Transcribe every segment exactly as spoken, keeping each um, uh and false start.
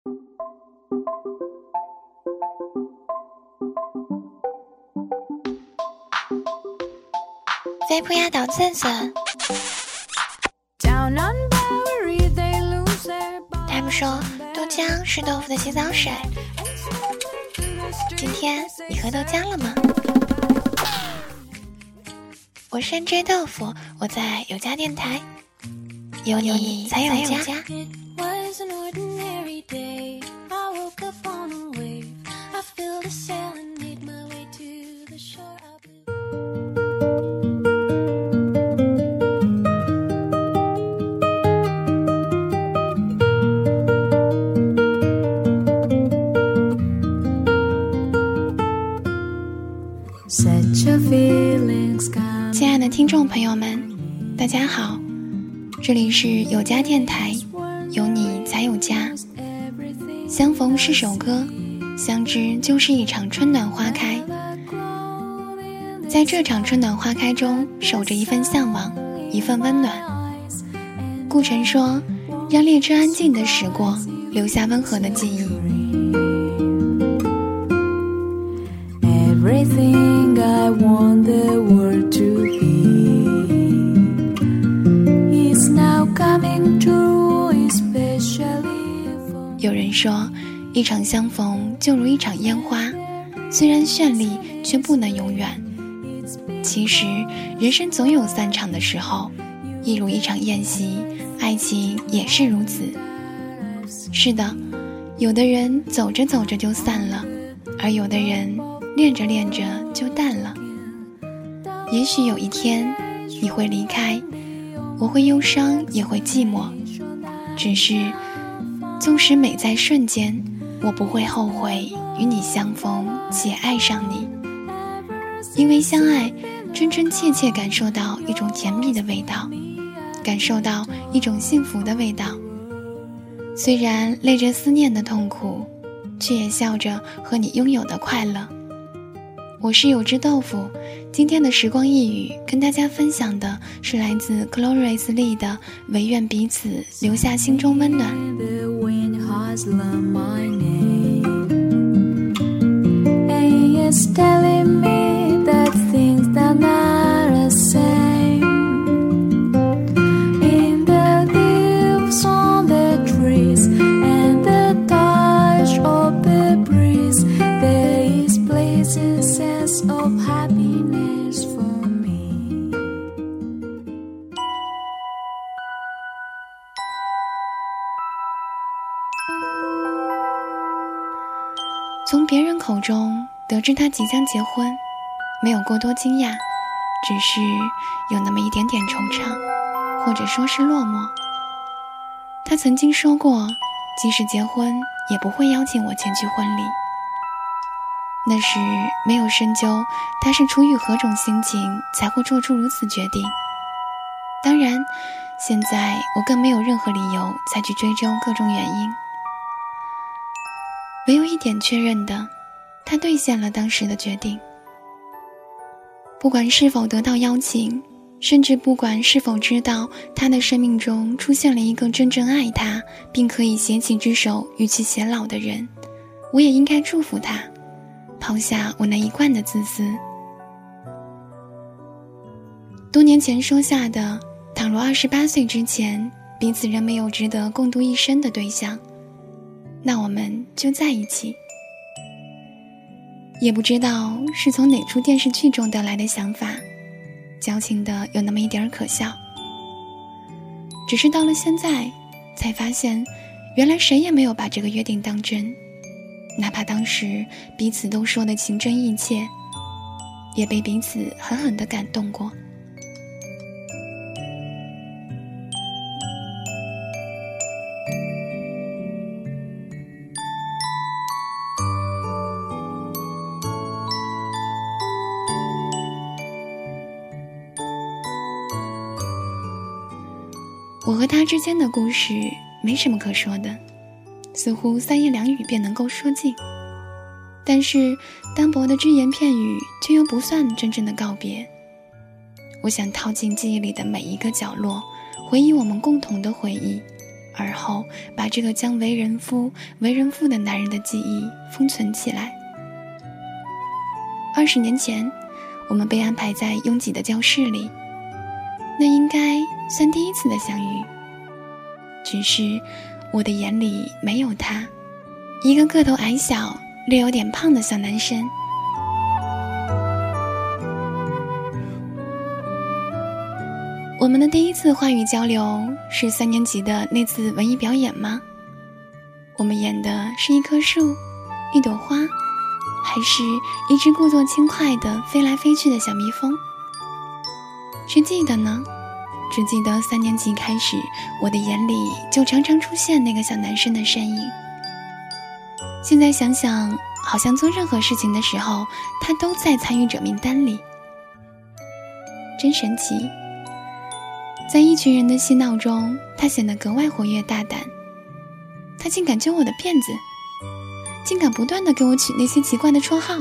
飞扑压倒自子。他们说豆浆是豆腐的洗澡水，今天你喝豆浆了吗？我是 N J 豆腐，我在有家电台，有你才有家。亲爱的听众朋友们，大家好，这里是有家电台，有你才有家。相逢是首歌，相知就是一场春暖花开。在这场春暖花开中，守着一份向往，一份温暖。顾城说，让列车安静地驶过，留下温和的记忆。 Everything I want the world to be is now coming true, especially for... 有人说，一场相逢就如一场烟花，虽然绚丽，却不能永远。其实，人生总有散场的时候，一如一场宴席，爱情也是如此。是的，有的人走着走着就散了，而有的人恋着恋着就淡了。也许有一天你会离开，我会忧伤也会寂寞，只是纵使美在瞬间，我不会后悔与你相逢且爱上你。因为相爱，真真切切感受到一种甜蜜的味道，感受到一种幸福的味道。虽然累着思念的痛苦，却也笑着和你拥有的快乐。我是有只豆腐，今天的时光一语跟大家分享的是来自 Glorious Lee 的唯愿彼此留下心中温暖。从别人口中得知他即将结婚，没有过多惊讶，只是有那么一点点惆怅，或者说是落寞。他曾经说过，即使结婚也不会邀请我前去婚礼。那时没有深究他是出于何种心情才会做出如此决定。当然，现在我更没有任何理由再去追究各种原因。唯有一点确认的，他兑现了当时的决定。不管是否得到邀请，甚至不管是否知道他的生命中出现了一个真正爱他并可以携起之手与其偕老的人，我也应该祝福他，抛下我那一贯的自私。多年前说下的，倘若二十八岁之前彼此仍没有值得共度一生的对象，那我们就在一起。也不知道是从哪出电视剧中得来的想法，矫情的有那么一点可笑。只是到了现在才发现，原来谁也没有把这个约定当真，哪怕当时彼此都说的情真意切，也被彼此狠狠地感动过。我和他之间的故事没什么可说的，似乎三言两语便能够说尽，但是单薄的只言片语却又不算真正的告别。我想套进记忆里的每一个角落，回忆我们共同的回忆， 而后把这个将为人夫为人父的男人的记忆封存起来。二十年前，我们被安排在拥挤的教室里，那应该算第一次的相遇。只是我的眼里没有他，一个个头矮小略有点胖的小男生。我们的第一次话语交流是三年级的那次文艺表演吗？我们演的是一棵树，一朵花，还是一只故作轻快的飞来飞去的小蜜蜂？谁记得呢？只记得三年级开始，我的眼里就常常出现那个小男生的身影。现在想想，好像做任何事情的时候，他都在参与者名单里，真神奇。在一群人的嬉闹中，他显得格外活跃大胆。他竟敢揪我的辫子，竟敢不断地给我取那些奇怪的绰号。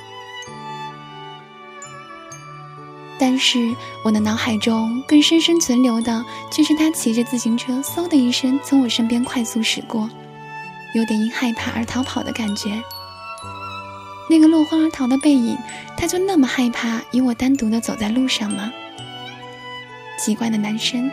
但是我的脑海中更深深存留的却是他骑着自行车嗖的一声从我身边快速驶过，有点因害怕而逃跑的感觉。那个落荒而逃的背影，他就那么害怕与我单独地走在路上吗？奇怪的男生。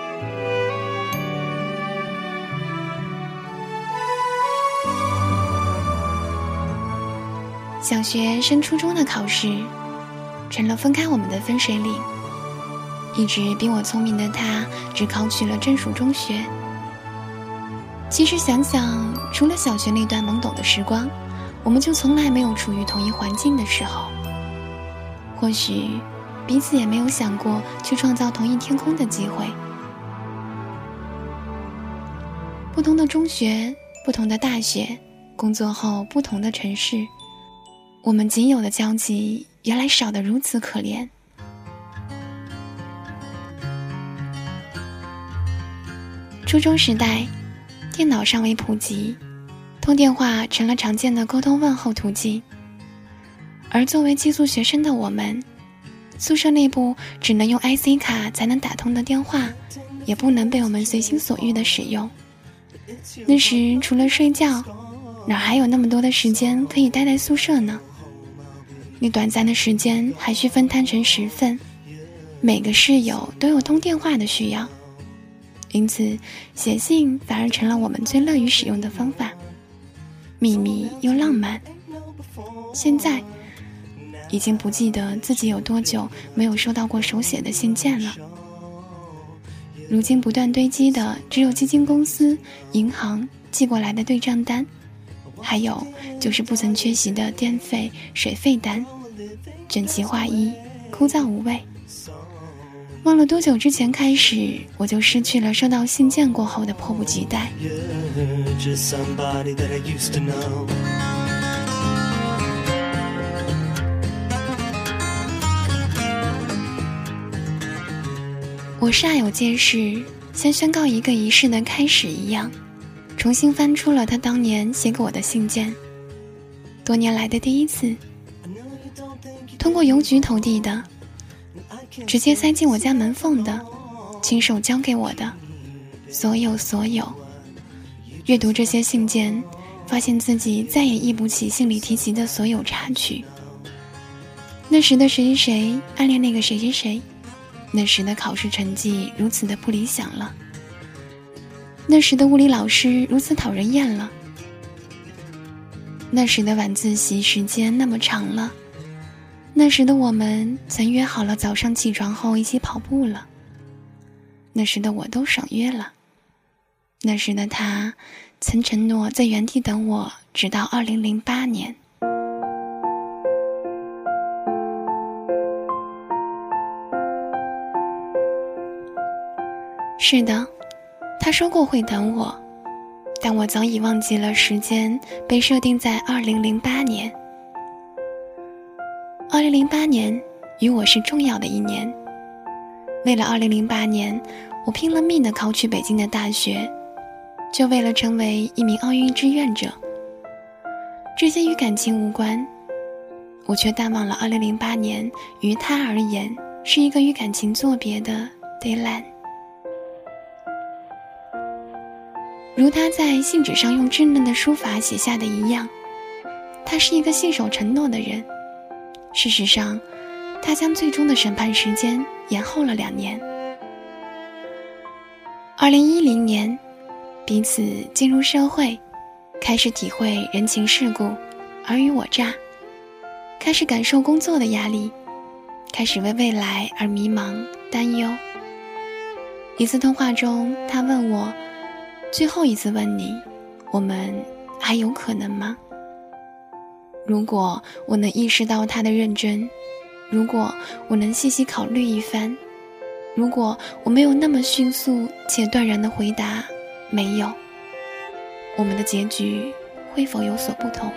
小学升初中的考试成了分开我们的分水岭。一直比我聪明的他只考取了正属中学。其实想想，除了小学那段懵懂的时光，我们就从来没有处于同一环境的时候。或许彼此也没有想过去创造同一天空的机会。不同的中学，不同的大学，工作后不同的城市，我们仅有的交集原来少得如此可怜。初中时代，电脑尚未普及，通电话成了常见的沟通问候途径。而作为寄宿学生的我们，宿舍内部只能用 I C 卡才能打通的电话，也不能被我们随心所欲地使用。那时除了睡觉，哪还有那么多的时间可以待在宿舍呢？那短暂的时间还需分摊成十份，每个室友都有通电话的需要，因此写信反而成了我们最乐于使用的方法，秘密又浪漫。现在已经不记得自己有多久没有收到过手写的信件了。如今不断堆积的只有基金公司、银行寄过来的对账单，还有就是不曾缺席的电费、水费单，整齐划一，枯燥无味。忘了多久之前开始，我就失去了收到信件过后的迫不及待。我煞有介事，像宣告一个仪式的开始一样，重新翻出了他当年写给我的信件。多年来的第一次，通过邮局投递的，直接塞进我家门缝的，亲手交给我的，所有所有。阅读这些信件，发现自己再也忆不起信里提及的所有插曲。那时的谁谁谁暗恋那个谁谁谁，那时的考试成绩如此的不理想了，那时的物理老师如此讨人厌了，那时的晚自习时间那么长了，那时的我们曾约好了早上起床后一起跑步了，那时的我都爽约了，那时的他曾承诺在原地等我直到二零零八年。是的，他说过会等我，但我早已忘记了时间被设定在二零零八年。二零零八年与我是重要的一年。为了二零零八年，我拼了命地考取北京的大学，就为了成为一名奥运志愿者。这些与感情无关，我却淡忘了二零零八年于他而言是一个与感情作别的 deadline。 如他在信纸上用稚嫩的书法写下的一样，他是一个信守承诺的人。事实上，他将最终的审判时间延后了两年。二零一零年，彼此进入社会，开始体会人情世故，尔虞我诈，开始感受工作的压力，开始为未来而迷茫担忧。一次通话中，他问我，最后一次问你，我们还有可能吗？如果我能意识到他的认真，如果我能细细考虑一番，如果我没有那么迅速且断然地回答没有，我们的结局会否有所不同？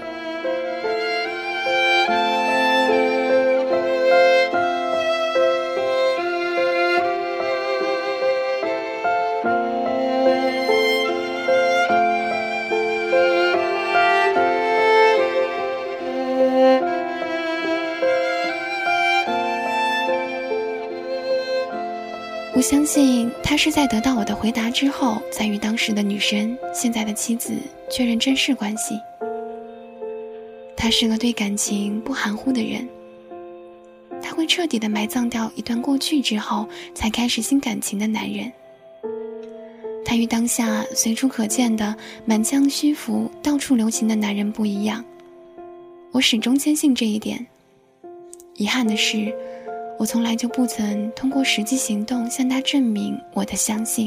我相信他是在得到我的回答之后，才与当时的女生，现在的妻子确认正式关系。他是个对感情不含糊的人，他会彻底的埋葬掉一段过去之后才开始新感情的男人。他与当下随处可见的满腔虚浮到处留情的男人不一样，我始终坚信这一点。遗憾的是，我从来就不曾通过实际行动向他证明我的相信。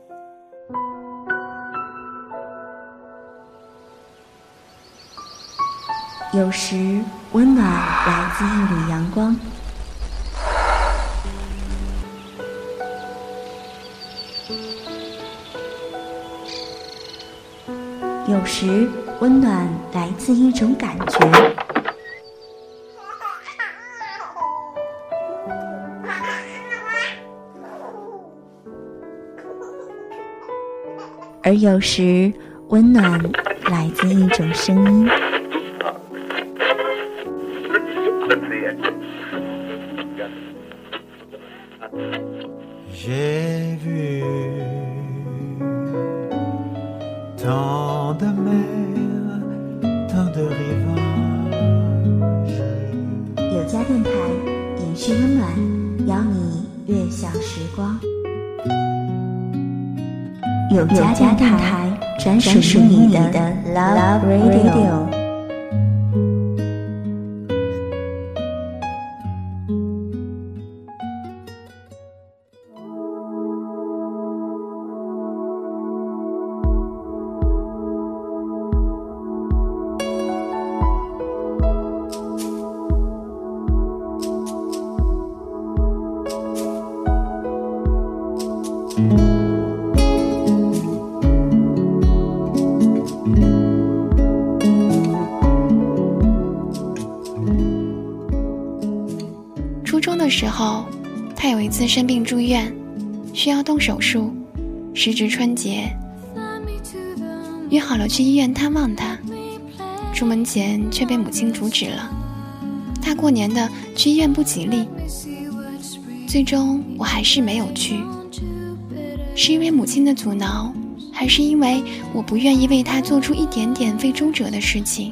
有时温暖来自一缕阳光，有时温暖来自一种感觉，而有时温暖来自一种声音。 J'ai vu tant de mer, tant de rivages。 有家电台延续温暖，邀你悦享时光。有家电台专属于你的 Love Radio。 初中的时候，他有一次生病住院，需要动手术，时值春节，约好了去医院探望他，出门前却被母亲阻止了。大过年的去医院不吉利，最终我还是没有去。是因为母亲的阻挠，还是因为我不愿意为他做出一点点费周折的事情？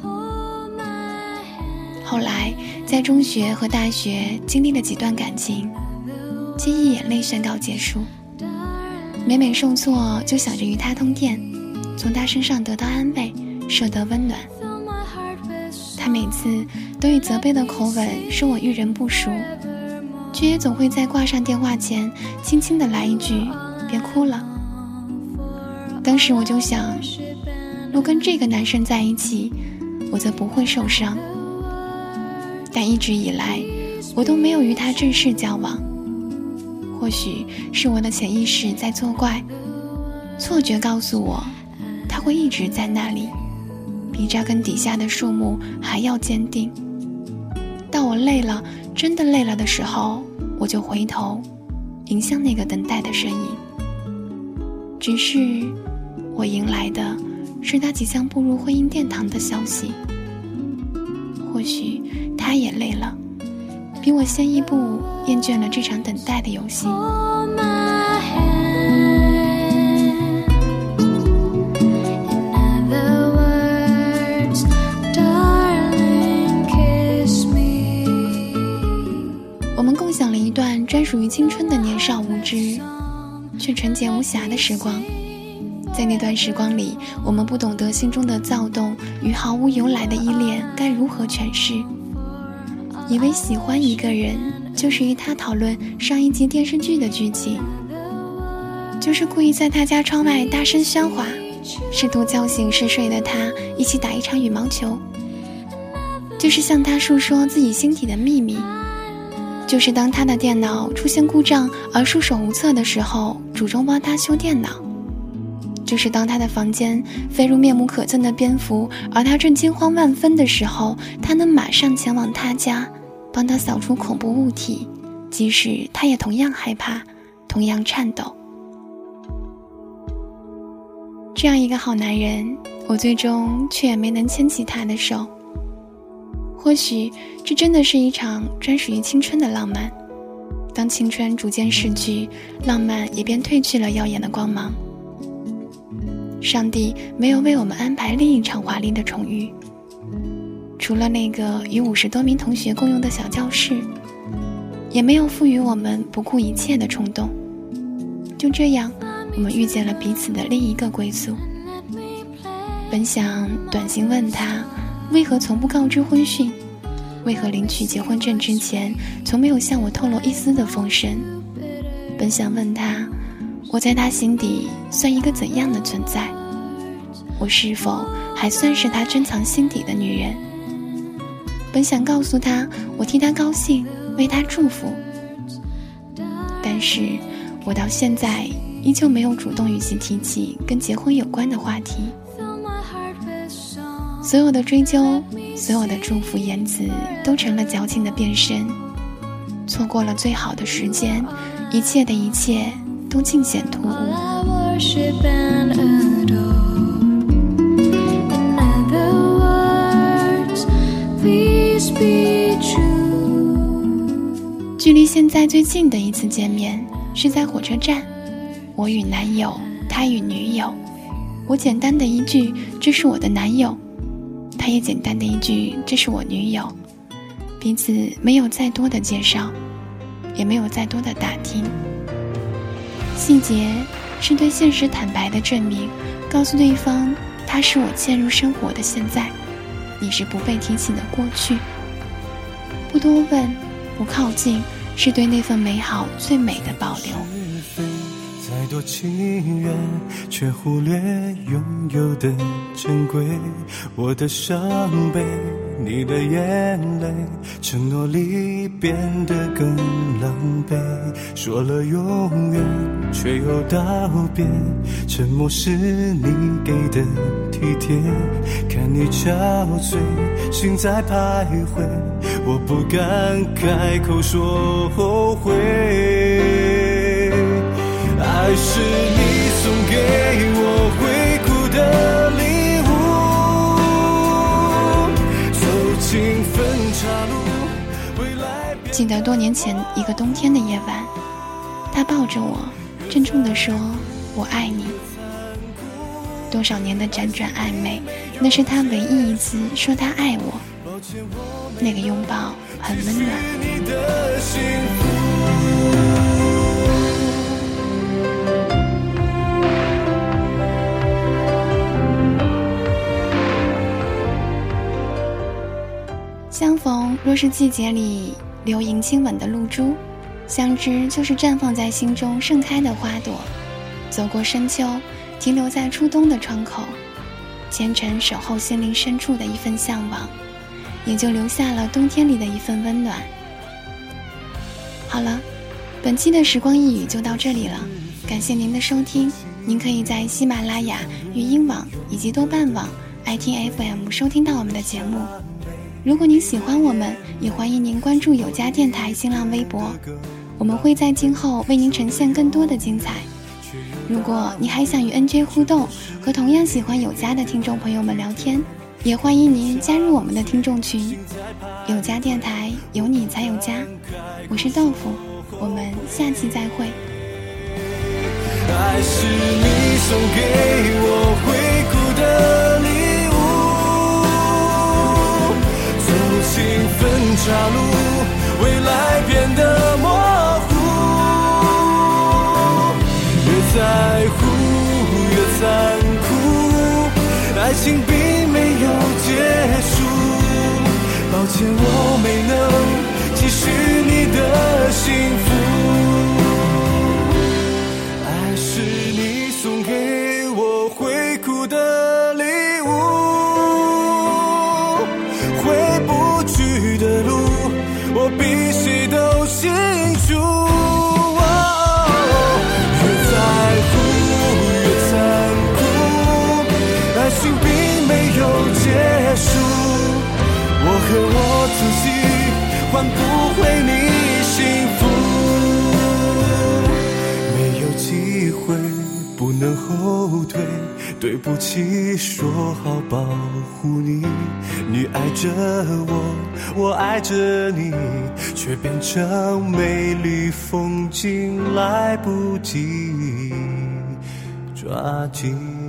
后来在中学和大学经历了几段感情，皆以眼泪宣告结束。每每受挫就想着与他通电，从他身上得到安慰，受得温暖。他每次都以责备的口吻说我遇人不淑，却也总会在挂上电话前轻轻地来一句别哭了。当时我就想，若跟这个男生在一起，我则不会受伤。但一直以来我都没有与他正式交往，或许是我的潜意识在作怪，错觉告诉我他会一直在那里，比扎根底下的树木还要坚定。到我累了，真的累了的时候，我就回头迎向那个等待的身影。只是我迎来的是他即将步入婚姻殿堂的消息。或许他也累了，比我先一步厌倦了这场等待的游戏。 青春的年少无知却纯洁无瑕的时光。在那段时光里，我们不懂得心中的躁动与毫无由来的依恋该如何诠释，以为喜欢一个人就是与他讨论上一集电视剧的剧情，就是故意在他家窗外大声喧哗，试图叫醒嗜睡的他一起打一场羽毛球，就是向他诉说自己心底的秘密，就是当他的电脑出现故障而束手无策的时候主动帮他修电脑，就是当他的房间飞入面目可憎的蝙蝠而他正惊慌万分的时候，他能马上前往他家帮他扫除恐怖物体，即使他也同样害怕，同样颤抖。这样一个好男人，我最终却也没能牵起他的手。或许这真的是一场专属于青春的浪漫，当青春逐渐逝去，浪漫也便褪去了耀眼的光芒。上帝没有为我们安排另一场华丽的宠遇，除了那个与五十多名同学共用的小教室，也没有赋予我们不顾一切的冲动。就这样，我们遇见了彼此的另一个归宿。本想短信问他为何从不告知婚讯，为何领取结婚证之前从没有向我透露一丝的风声。本想问他我在他心底算一个怎样的存在，我是否还算是他珍藏心底的女人。本想告诉他我替他高兴，为他祝福，但是我到现在依旧没有主动与其提起跟结婚有关的话题。所有的追究，所有的祝福言辞都成了矫情的变身，错过了最好的时间，一切的一切都尽显突兀。距离现在最近的一次见面是在火车站，我与男友，他与女友。我简单的一句这是我的男友，他也简单的一句这是我女友，彼此没有再多的介绍，也没有再多的打听。细节是对现实坦白的证明，告诉对方他是我嵌入生活的现在，你是不被提起的过去。不多问，不靠近，是对那份美好最美的保留。 再多情缘，却忽略拥有的珍贵。我的伤悲，你的眼泪，承诺里变得更狼狈。说了永远，却又道别。沉默是你给的体贴，看你憔悴，心在徘徊。我不敢开口说后悔。爱是你送给我回顾的礼物，走进分岔路，未来。 记得多年前一个冬天的夜晚，他抱着我，郑重地说我爱你。多少年的辗转暧昧，那是他唯一一次说他爱我。那个拥抱很温暖。相逢若是季节里流萤亲吻的露珠，相知就是绽放在心中盛开的花朵。走过深秋，停留在初冬的窗口，虔诚守候心灵深处的一份向往，也就留下了冬天里的一份温暖。好了，本期的时光一语就到这里了，感谢您的收听。您可以在喜马拉雅、语音网以及豆瓣网、爱听 F M 收听到我们的节目。如果您喜欢我们，也欢迎您关注有家电台新浪微博，我们会在今后为您呈现更多的精彩。如果你还想与 N J 互动，和同样喜欢有家的听众朋友们聊天，也欢迎您加入我们的听众群。有家电台，有你才有家。我是豆腐，我们下期再会。 爱是你送给我回顾的礼物，走进分岔路，未来变得模糊。 情并没有结束，抱歉我没能继续你的幸福。爱是你送给我会哭的礼物，回不去的路我比谁都清楚。哦，越在乎越残酷，爱情并没有结束，我和我自己换不回你幸福。没有机会不能后退，对不起说好保护你，你爱着我，我爱着你，却变成美丽风景，来不及抓紧。